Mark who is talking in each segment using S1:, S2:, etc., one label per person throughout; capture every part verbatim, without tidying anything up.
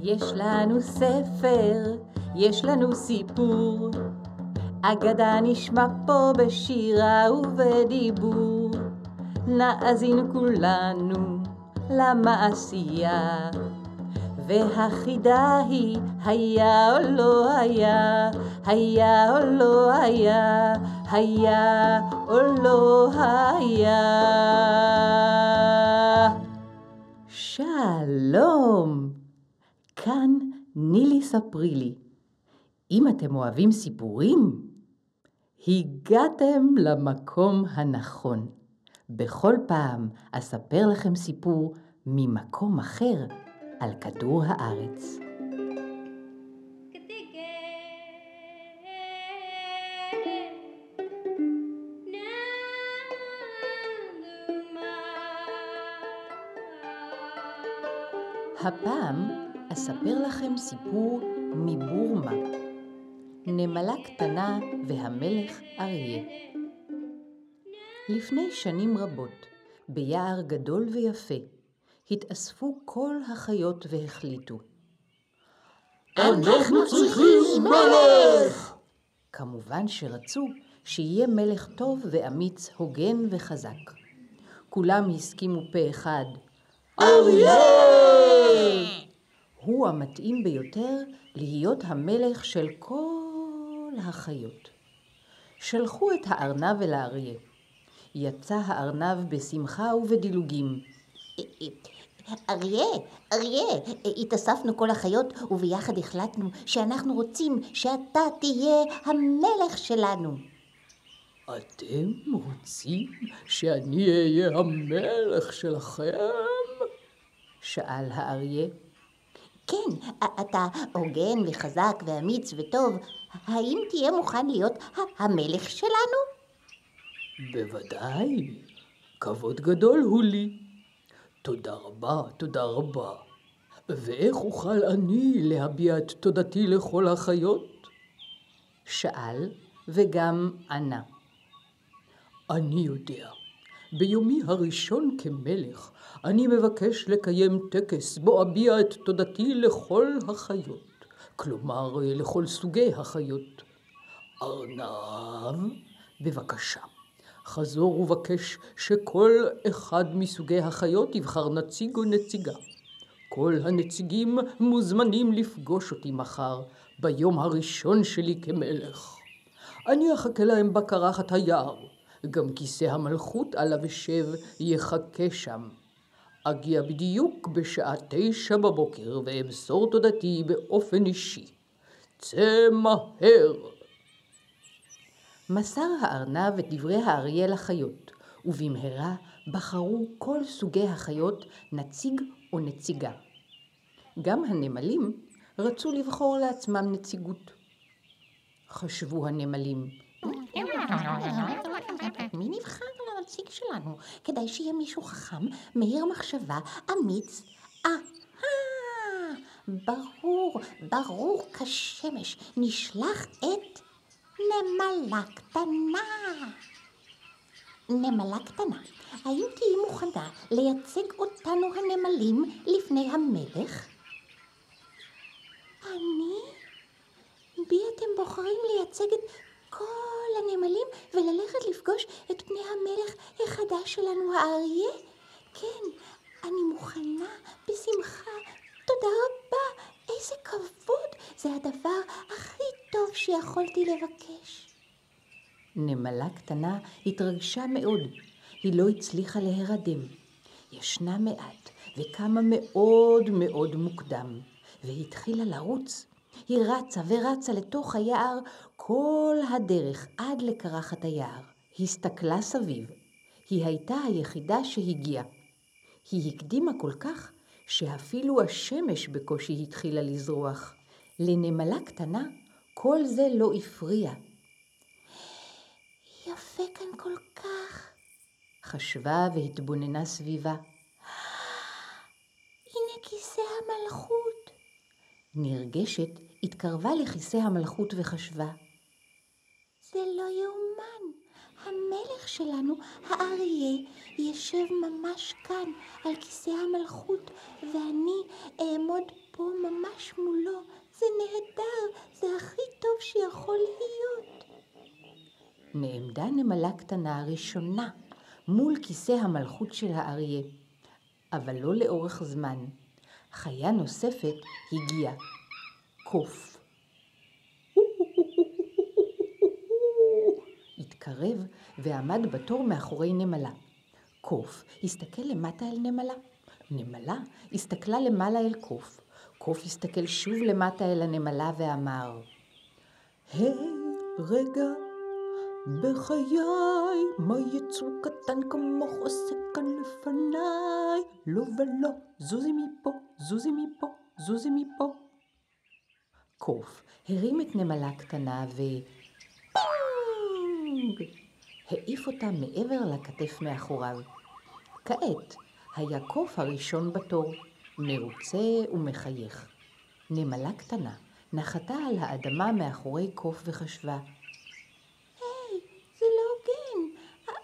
S1: יש לנו ספר, יש לנו סיפור, אגדה נשמע פה בשירה ובדיבור. נאזין כולנו למעשייה, והחידה היא היה או לא היה, היה או לא היה, היה או לא היה. שלום, כאן נילי ספרי לי. אם אתם אוהבים סיפורים, הגעתם למקום הנכון. בכל פעם אספר לכם סיפור ממקום אחר על כדור הארץ. הפעם אספר לכם סיפור מבורמה. נמלה קטנה והמלך אריה. לפני שנים רבות, ביער גדול ויפה, התאספו כל החיות והחליטו.
S2: אנחנו צריכים מלך!
S1: כמובן שרצו שיהיה מלך טוב ואמיץ, הוגן וחזק. כולם הסכימו פה אחד.
S2: אריה!
S1: הוא המתאים ביותר להיות המלך של כל החיות. שלחו את הארנב אל האריה. יצא הארנב בשמחה ובדילוגים.
S3: אריה, אריה, התאספנו כל החיות וביחד החלטנו שאנחנו רוצים שאתה תהיה המלך שלנו.
S2: אתם רוצים שאני אהיה המלך שלכם?
S1: שאל האריה.
S3: כן, אתה הוגן וחזק ואמיץ וטוב. האם תהיה מוכן להיות המלך שלנו?
S2: בוודאי, כבוד גדול הוא לי. תודה רבה, תודה רבה. ואיך אוכל אני להביע את תודתי לכל החיות?
S1: שאל וגם ענה.
S2: אני יודע. ביומי הראשון כמלך, אני מבקש לקיים טקס בו אביע את תודתי לכל החיות. כלומר, לכל סוגי החיות. ארנב, בבקשה. חזור ובקש שכל אחד מסוגי החיות יבחר נציג או נציגה. כל הנציגים מוזמנים לפגוש אותי מחר, ביום הראשון שלי כמלך. אני אחכה להם בקרחת היער, גם כיסא המלכות עליו אשב יחכה שם. אגיע בדיוק בשעה תשע בבוקר ואמסור תודתי באופן אישי. צא מהר.
S1: מסר הארנב את דברי האריה לחיות, ובמהרה בחרו כל סוגי החיות נציג או נציגה. גם הנמלים רצו לבחור לעצמם נציגות. חשבו הנמלים.
S3: מי נבחר לנציג שלנו? כדאי שיהיה מישהו חכם, מהיר מחשבה, אמיץ. אה, ברור, ברור כשמש. נשלח את נמלה קטנה. נמלה קטנה, האם תהיי מוכנה לייצג אותנו הנמלים לפני המלך? אני? בי אתם בוחרים לייצג את כל הנמלים וללכת לפגוש את פני המלך החדש שלנו, האריה? כן, אני מוכנה, בשמחה. תודה רבה, איזה כבוד. זה הדבר הכי טוב שיכולתי לבקש.
S1: נמלה קטנה התרגשה מאוד. היא לא הצליחה להירדם. ישנה מעט וקמה מאוד מאוד מוקדם, והתחילה לרוץ. היא רצה ורצה לתוך היער כל הדרך עד לקרחת היער. הסתכלה סביב. היא הייתה היחידה שהגיעה. היא הקדימה כל כך שאפילו השמש בקושי התחילה לזרוח. לנמלה קטנה כל זה לא הפריע.
S3: יפה כאן כל כך,
S1: חשבה והתבוננה סביבה.
S3: הנה כיסא המלכות.
S1: נרגשת התקרבה לכיסא המלכות וחשבה.
S3: זה לא יאומן. המלך שלנו, האריה, ישב ממש כאן על כיסא המלכות, ואני אעמוד פה ממש ממש מולו. זה נהדר, זה הכי טוב שיכול להיות.
S1: נעמדה נמלה קטנה ראשונה מול כיסא המלכות של האריה, אבל לא לאורך זמן. חיה נוספת הגיעה, קוף. התקרב ועמד בתור מאחורי נמלה. קוף הסתכל למטה אל נמלה. נמלה הסתכלה למעלה אל קוף. קוף הסתכל שוב למטה אל הנמלה ואמר, היי, רגע, בחיי, מה יצור קטן כמוך עושה כאן לפניי? לא ולא, זוזי מפה, זוזי מפה, זוזי מפה. קוף הרים את נמלה קטנה ו... פונג! העיף אותה מעבר לכתף מאחוריו. כעת היה קוף הראשון בתור, מרוצה ומחייך. נמלה קטנה נחתה על האדמה מאחורי קוף וחשבה,
S3: היי, זה לא הוגן.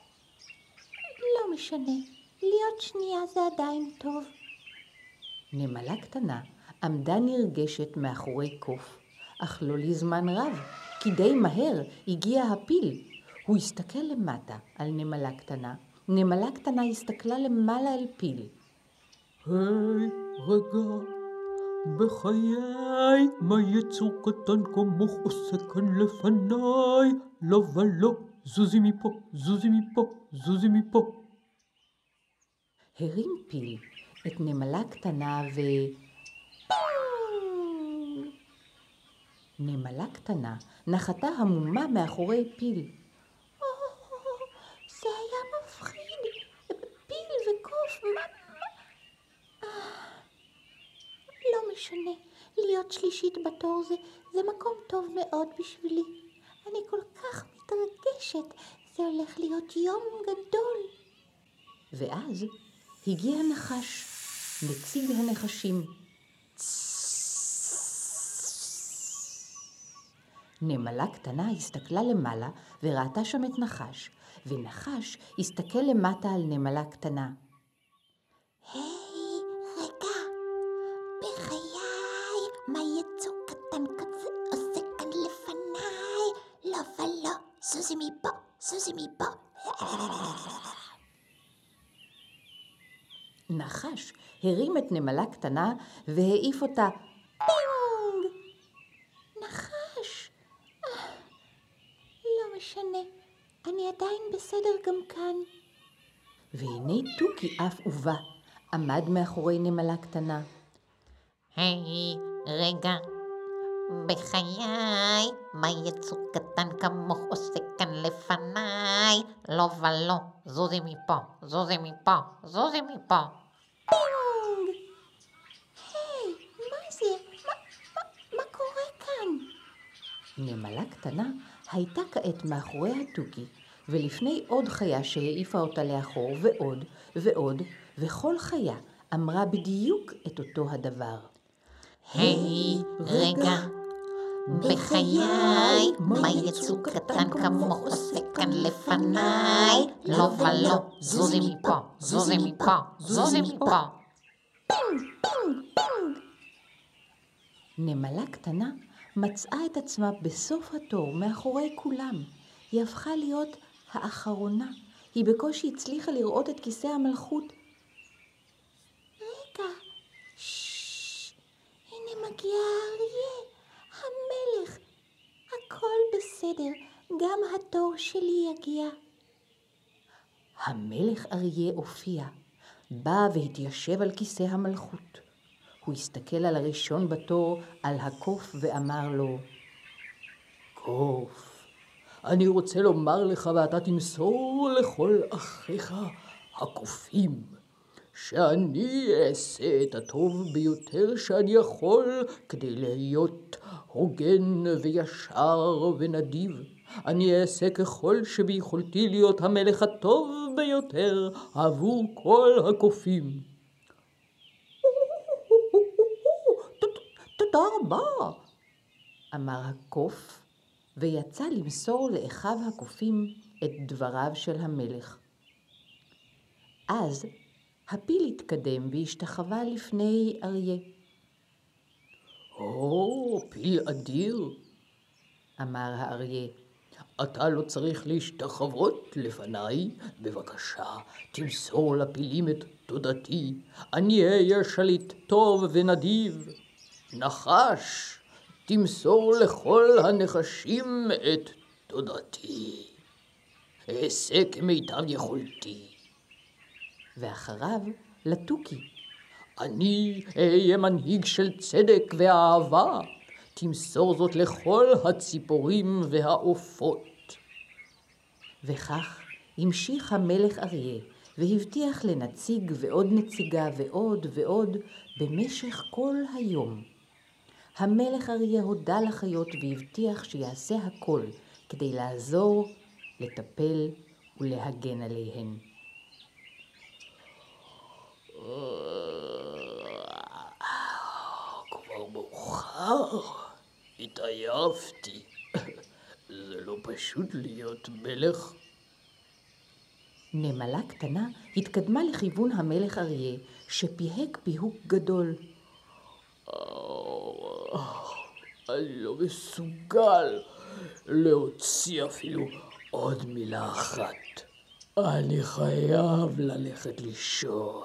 S3: לא משנה, להיות שנייה זה עדיין טוב.
S1: נמלה קטנה עמדה נרגשת מאחורי קוף, אך לא לזמן רב, כי די מהר הגיע הפיל. הוא הסתכל למטה על נמלה קטנה. נמלה קטנה הסתכלה למעלה אל פיל.
S2: היי, רגע, בחיי, מה יצור קטן כמוך עושה כאן לפניי? לא ולא, זוזי מפה, זוזי מפה, זוזי מפה.
S1: הרים פיל את נמלה קטנה ו... פונג! נמלה קטנה נחתה המומה מאחורי פיל.
S3: זה היה מפחיד. פיל וקוף, מה... מה... לא משנה, להיות שלישית בתור זה, זה מקום טוב מאוד בשבילי. אני כל כך מתרגשת, זה הולך להיות יום גדול.
S1: ואז הגיע נחש, נציג הנחשים. נמלה קטנה הסתכלה למעלה וראתה שם את נחש, ונחש הסתכל למטה על נמלה קטנה.
S3: היי, רגע, בחיי, מה יצור קטן כזה עושה כאן לפניי? לא ולא, זוזי מפה, זוזי מפה.
S1: נחש הרים את נמלה קטנה והעיף אותה. פינג!
S3: נחש, אה, לא משנה, אני עדיין בסדר גם כאן.
S1: והנה תוכי אף ובא, עמד מאחורי נמלה קטנה.
S4: היי, רגע, בחיי, מה יצור קטן כמוך עושה כאן לפניי? לא ולא, זוזי מפה, זוזי מפה, זוזי מפה.
S3: פינג! היי, מה זה? מה, מה, מה קורה כאן?
S1: נמלה קטנה הייתה כעת מאחורי התוכי, ולפני עוד חיה שהעיפה אותה לאחור, ועוד ועוד, וכל חיה אמרה בדיוק את אותו הדבר.
S4: היי, רגע, בחיי, מה יצור קטן כמוך עושה כאן לפניי? לא ולא, זוזי מפה, זוזי מפה, זוזי מפה.
S3: פינג, פינג, פינג.
S1: נמלה קטנה מצאה את עצמה בסוף התור מאחורי כולם. היא הפכה להיות האחרונה. היא בקושי הצליחה לראות את כיסא המלכות.
S3: רגע, ששש, הנה מגיע האריה, המלך. הכל בסדר, גם התור שלי יגיע.
S1: המלך אריה הופיע, בא והתיישב על כיסא המלכות. הוא הסתכל על הראשון בתור, על הקוף, ואמר לו,
S2: קוף, אני רוצה לומר לך ואתה תמסור לכל אחיך הקופים, שאני אעשה את הטוב ביותר שאני יכול כדי להיות הוגן וישר ונדיב. אני אעשה ככל שביכולתי להיות המלך הטוב ביותר עבור כל הקופים.
S1: תודה רבה, אמר הקוף, ויצא למסור לאחיו הקופים את דבריו של המלך. אז הפיל התקדם והשתחווה לפני אריה.
S2: או, פיל אדיר,
S1: אמר האריה.
S2: אתה לא צריך להשתחוות לפניי, בבקשה, תמסור לפילים את תודתי, אני אהיה שליט טוב ונדיב. נחש, תמסור לכל הנחשים את תודתי, אעשה כמיטב יכולתי.
S1: ואחריו לתוכי.
S2: אני אהיה מנהיג של צדק ואהבה, תמסור זאת לכל הציפורים והעופות.
S1: וכך המשיך המלך אריה, והבטיח לנציג ועוד נציגה ועוד ועוד במשך כל היום. המלך אריה הודה לחיות והבטיח שיעשה הכל כדי לעזור, לטפל ולהגן עליהן.
S2: כבר מאוחר, התעייפתי. זה לא פשוט להיות מלך.
S1: נמלה קטנה התקדמה לכיוון המלך אריה, שפיהק פיהוק גדול.
S2: אני לא מסוגל להוציא אפילו עוד מילה אחת. אני חייב ללכת לישון.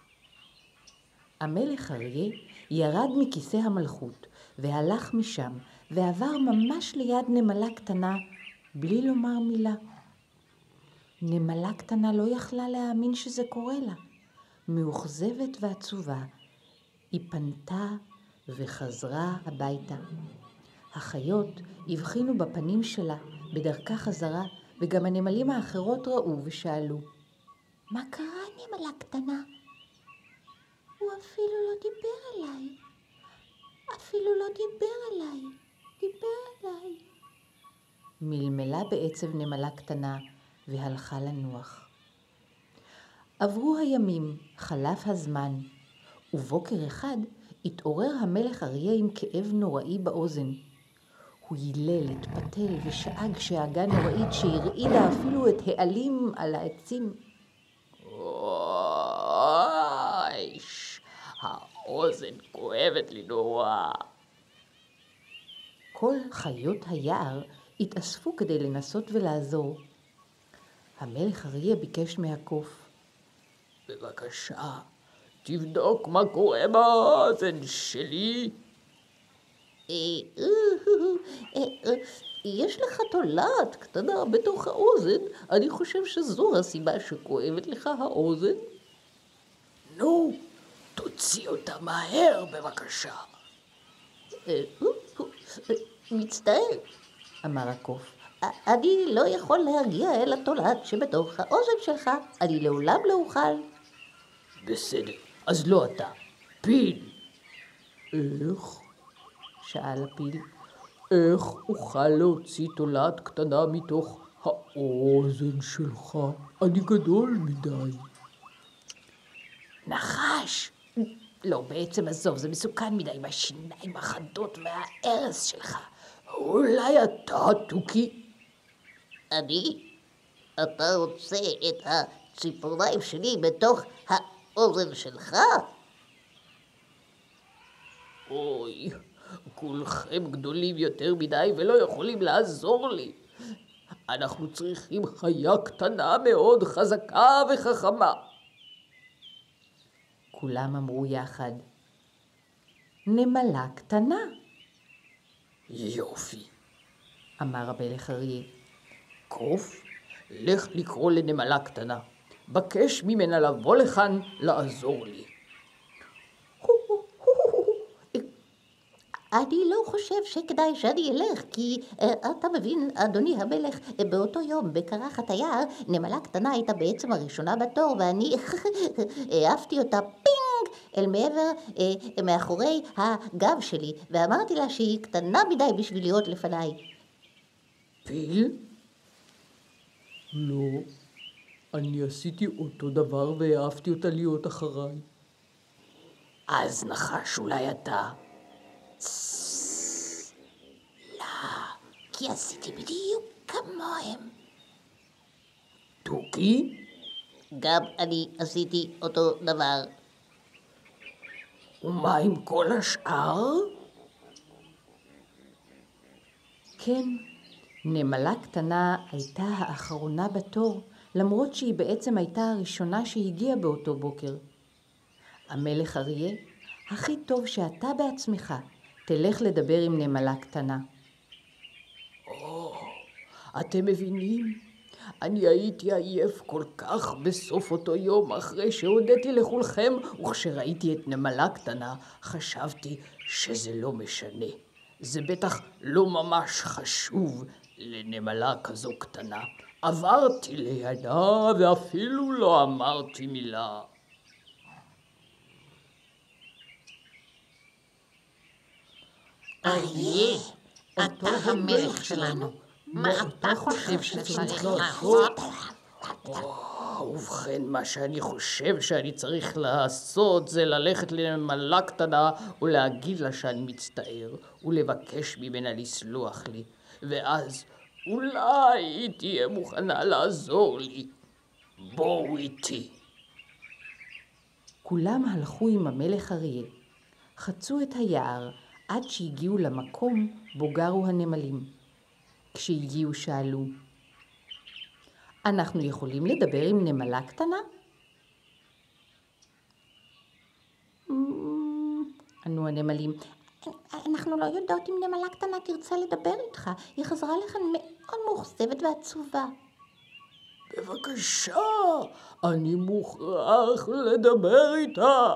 S1: המלך אריה ירד מכיסא המלכות והלך משם ועבר ממש ליד נמלה קטנה בלי לומר מילה. נמלה קטנה לא יכלה להאמין שזה קורה לה. מאוכזבת ועצובה, היא פנתה וחזרה הביתה. החיות הבחינו בפנים שלה בדרכה חזרה, וגם הנמלים האחרות ראו ושאלו,
S3: מה קרה, נמלה קטנה? הוא אפילו לא דיבר אליי. אפילו לא דיבר אליי. דיבר אליי.
S1: מלמלה בעצב נמלה קטנה והלכה לנוח. עברו הימים, חלף הזמן, ובוקר אחד התעורר המלך אריה עם כאב נוראי באוזן. הוא הילל, התפתל ושאג שאגה נוראית שהרעידה אפילו את העלים על העצים.
S2: אויש, האוזן כואבת לי נורא.
S1: כל חיות היער התאספו כדי לנסות ולעזור. המלך אריה ביקש מהקוף,
S2: בבקשה, תבדוק מה קורה באוזן שלי.
S4: יש לך תולעת קטנה בתוך האוזן, אני חושב שזו הסיבה שכואבת לך האוזן.
S2: נו, תוציא אותה מהר בבקשה.
S4: מצטער,
S1: אמר הקוף.
S4: אני לא יכול להגיע אל התולעת שבתוך האוזן שלך, אני לעולם לא אוכל.
S2: בסדר, אז לא אתה, פיל. איך?
S1: שאל הפיל.
S2: איך אוכל להוציא תולעת קטנה מתוך האוזן שלך? אני גדול מדי.
S1: נחש! לא, בעצם עזוב, זה מסוכן מדי עם השיניים החדות והארס שלך.
S2: אולי אתה, תוכי?
S4: אני? אתה רוצה את הציפורניים שלי בתוך האוזן שלך?
S2: אוי, כולכם גדולים יותר מדי ולא יכולים לעזור לי. אנחנו צריכים חיה קטנה מאוד, חזקה וחכמה.
S1: כולם אמרו יחד, נמלה קטנה,
S2: יופי.
S1: אמר המלך אריה.
S2: קוף, לך לקרוא לנמלה קטנה. בקש ממנה לבוא לכאן לעזור לי.
S4: אני לא חושב שכדאי שאני אלך, כי uh, אתה מבין, אדוני המלך, uh, באותו יום בקרחת היער, נמלה קטנה הייתה בעצם הראשונה בתור, ואני העפתי אותה פינג אל מעבר, uh, מאחורי הגב שלי, ואמרתי לה שהיא קטנה מדי בשביל להיות לפניי.
S2: פיל? לא, אני עשיתי אותו דבר והעפתי אותה להיות אחריי. אז נחש אולי אתה.
S3: לא, כי עשיתי בדיוק כמוהם.
S2: תוכי?
S4: גם אני עשיתי אותו דבר.
S2: ומה עם כל השאר?
S1: כן, נמלה קטנה הייתה האחרונה בתור, למרות שהיא בעצם הייתה הראשונה שהגיעה באותו בוקר. המלך אריה, הכי טוב שאתה בעצמך תלך לדבר עם נמלה קטנה.
S2: או, אתם מבינים? אני הייתי עייף כל כך בסוף אותו יום אחרי שהודיתי לכולכם, וכשראיתי את נמלה קטנה חשבתי שזה לא משנה. זה בטח לא ממש חשוב לנמלה כזו קטנה. עברתי לידה ואפילו לא אמרתי מילה.
S4: אריה, אתה המלך שלנו. מה אתה חושב שצריך לעשות?
S2: ובכן, מה שאני חושב שאני צריך לעשות זה ללכת לנמלה קטנה ולהגיד לה שאני מצטער ולבקש ממנה לסלוח לי, ואז אולי היא תהיה מוכנה לעזור לי. בואו איתי.
S1: כולם הלכו עם המלך אריה, חצו את היער עד שהגיעו למקום בו גרו הנמלים. כשהגיעו שאלו, אנחנו יכולים לדבר עם נמלה קטנה? ענו הנמלים,
S3: אנחנו לא יודעות אם נמלה קטנה תרצה לדבר איתך. היא חזרה לכאן מאוד מאוכזבת ועצובה.
S2: בבקשה, אני מוכרח לדבר איתה.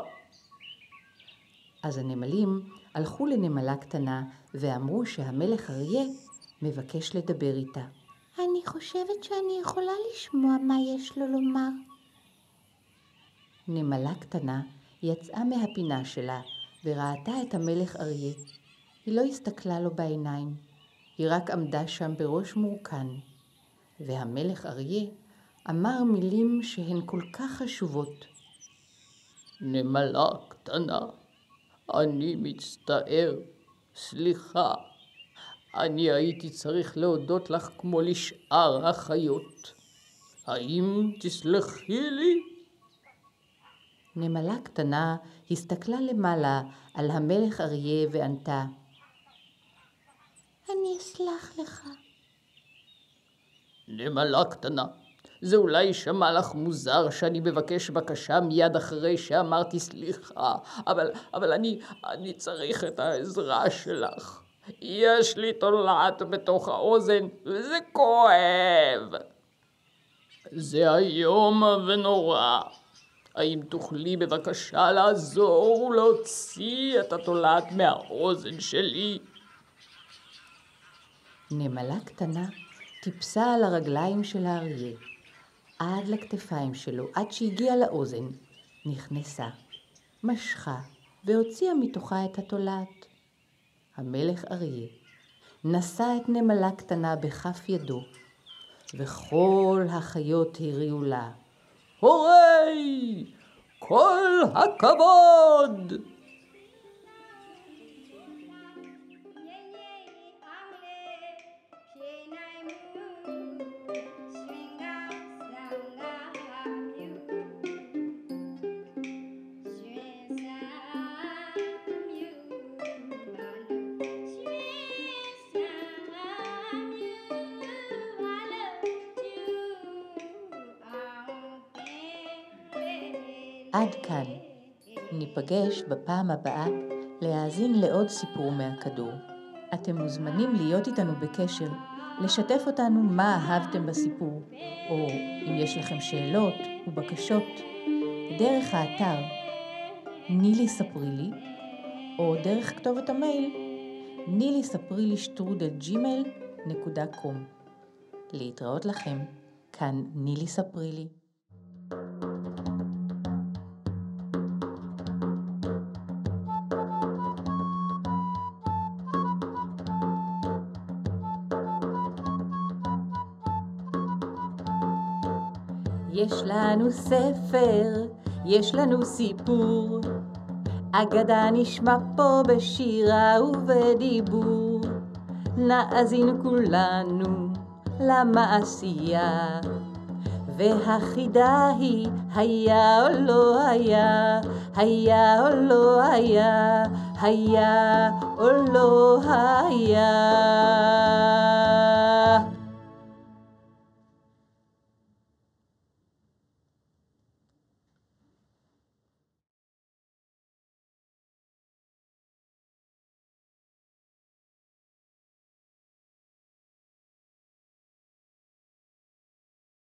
S1: אז הנמלים הלכו לנמלה קטנה ואמרו שהמלך אריה מבקש לדבר איתה.
S3: אני חושבת שאני יכולה לשמוע מה יש לו לומר.
S1: נמלה קטנה יצאה מהפינה שלה וראתה את המלך אריה. היא לא הסתכלה לו בעיניים, היא רק עמדה שם בראש מורכן. והמלך אריה אמר מילים שהן כל כך חשובות.
S2: נמלה קטנה, אני מצטער, סליחה. אני הייתי צריך להודות לך כמו לשאר החיות. האם תסלחי לי?
S1: נמלה קטנה הסתכלה למעלה על המלך אריה וענתה,
S3: אני אסלח לך.
S2: נמלה קטנה, זה אולי שמע לך מוזר שאני מבקש בקשה מיד אחרי שאמרתי סליחה, אבל, אבל אני, אני צריך את העזרה שלך. יש לי תולעת בתוך האוזן וזה כואב. זה איום ונורא. האם תוכלי בבקשה לעזור ולהוציא את התולעת מהאוזן שלי?
S1: נמלה קטנה טיפסה על הרגליים של האריה, עד לכתפיים שלו, עד שהגיעה לאוזן, נכנסה, משכה והוציאה מתוכה את התולעת. המלך אריה נשא את נמלה קטנה בכף ידו, וכל החיות הריעו לה, הורי! כל הכבוד! עד כאן. ניפגש בפעם הבאה להאזין לעוד סיפור מהכדור. אתם מוזמנים להיות איתנו בקשר, לשתף אותנו מה אהבתם בסיפור, או אם יש לכם שאלות ובקשות, דרך האתר נילי ספרי לי, או דרך כתובת המייל נילי ספרי לי שטרודל ג'ימייל נקודה קום. להתראות לכם, כאן נילי ספרי לי. יש לנו ספר, יש לנו סיפור, אגדה נשמע פה בשירה ובדיבור. נאזין כולנו למעשייה, והחידה היא היה או לא היה, היה או לא היה, היה או לא היה.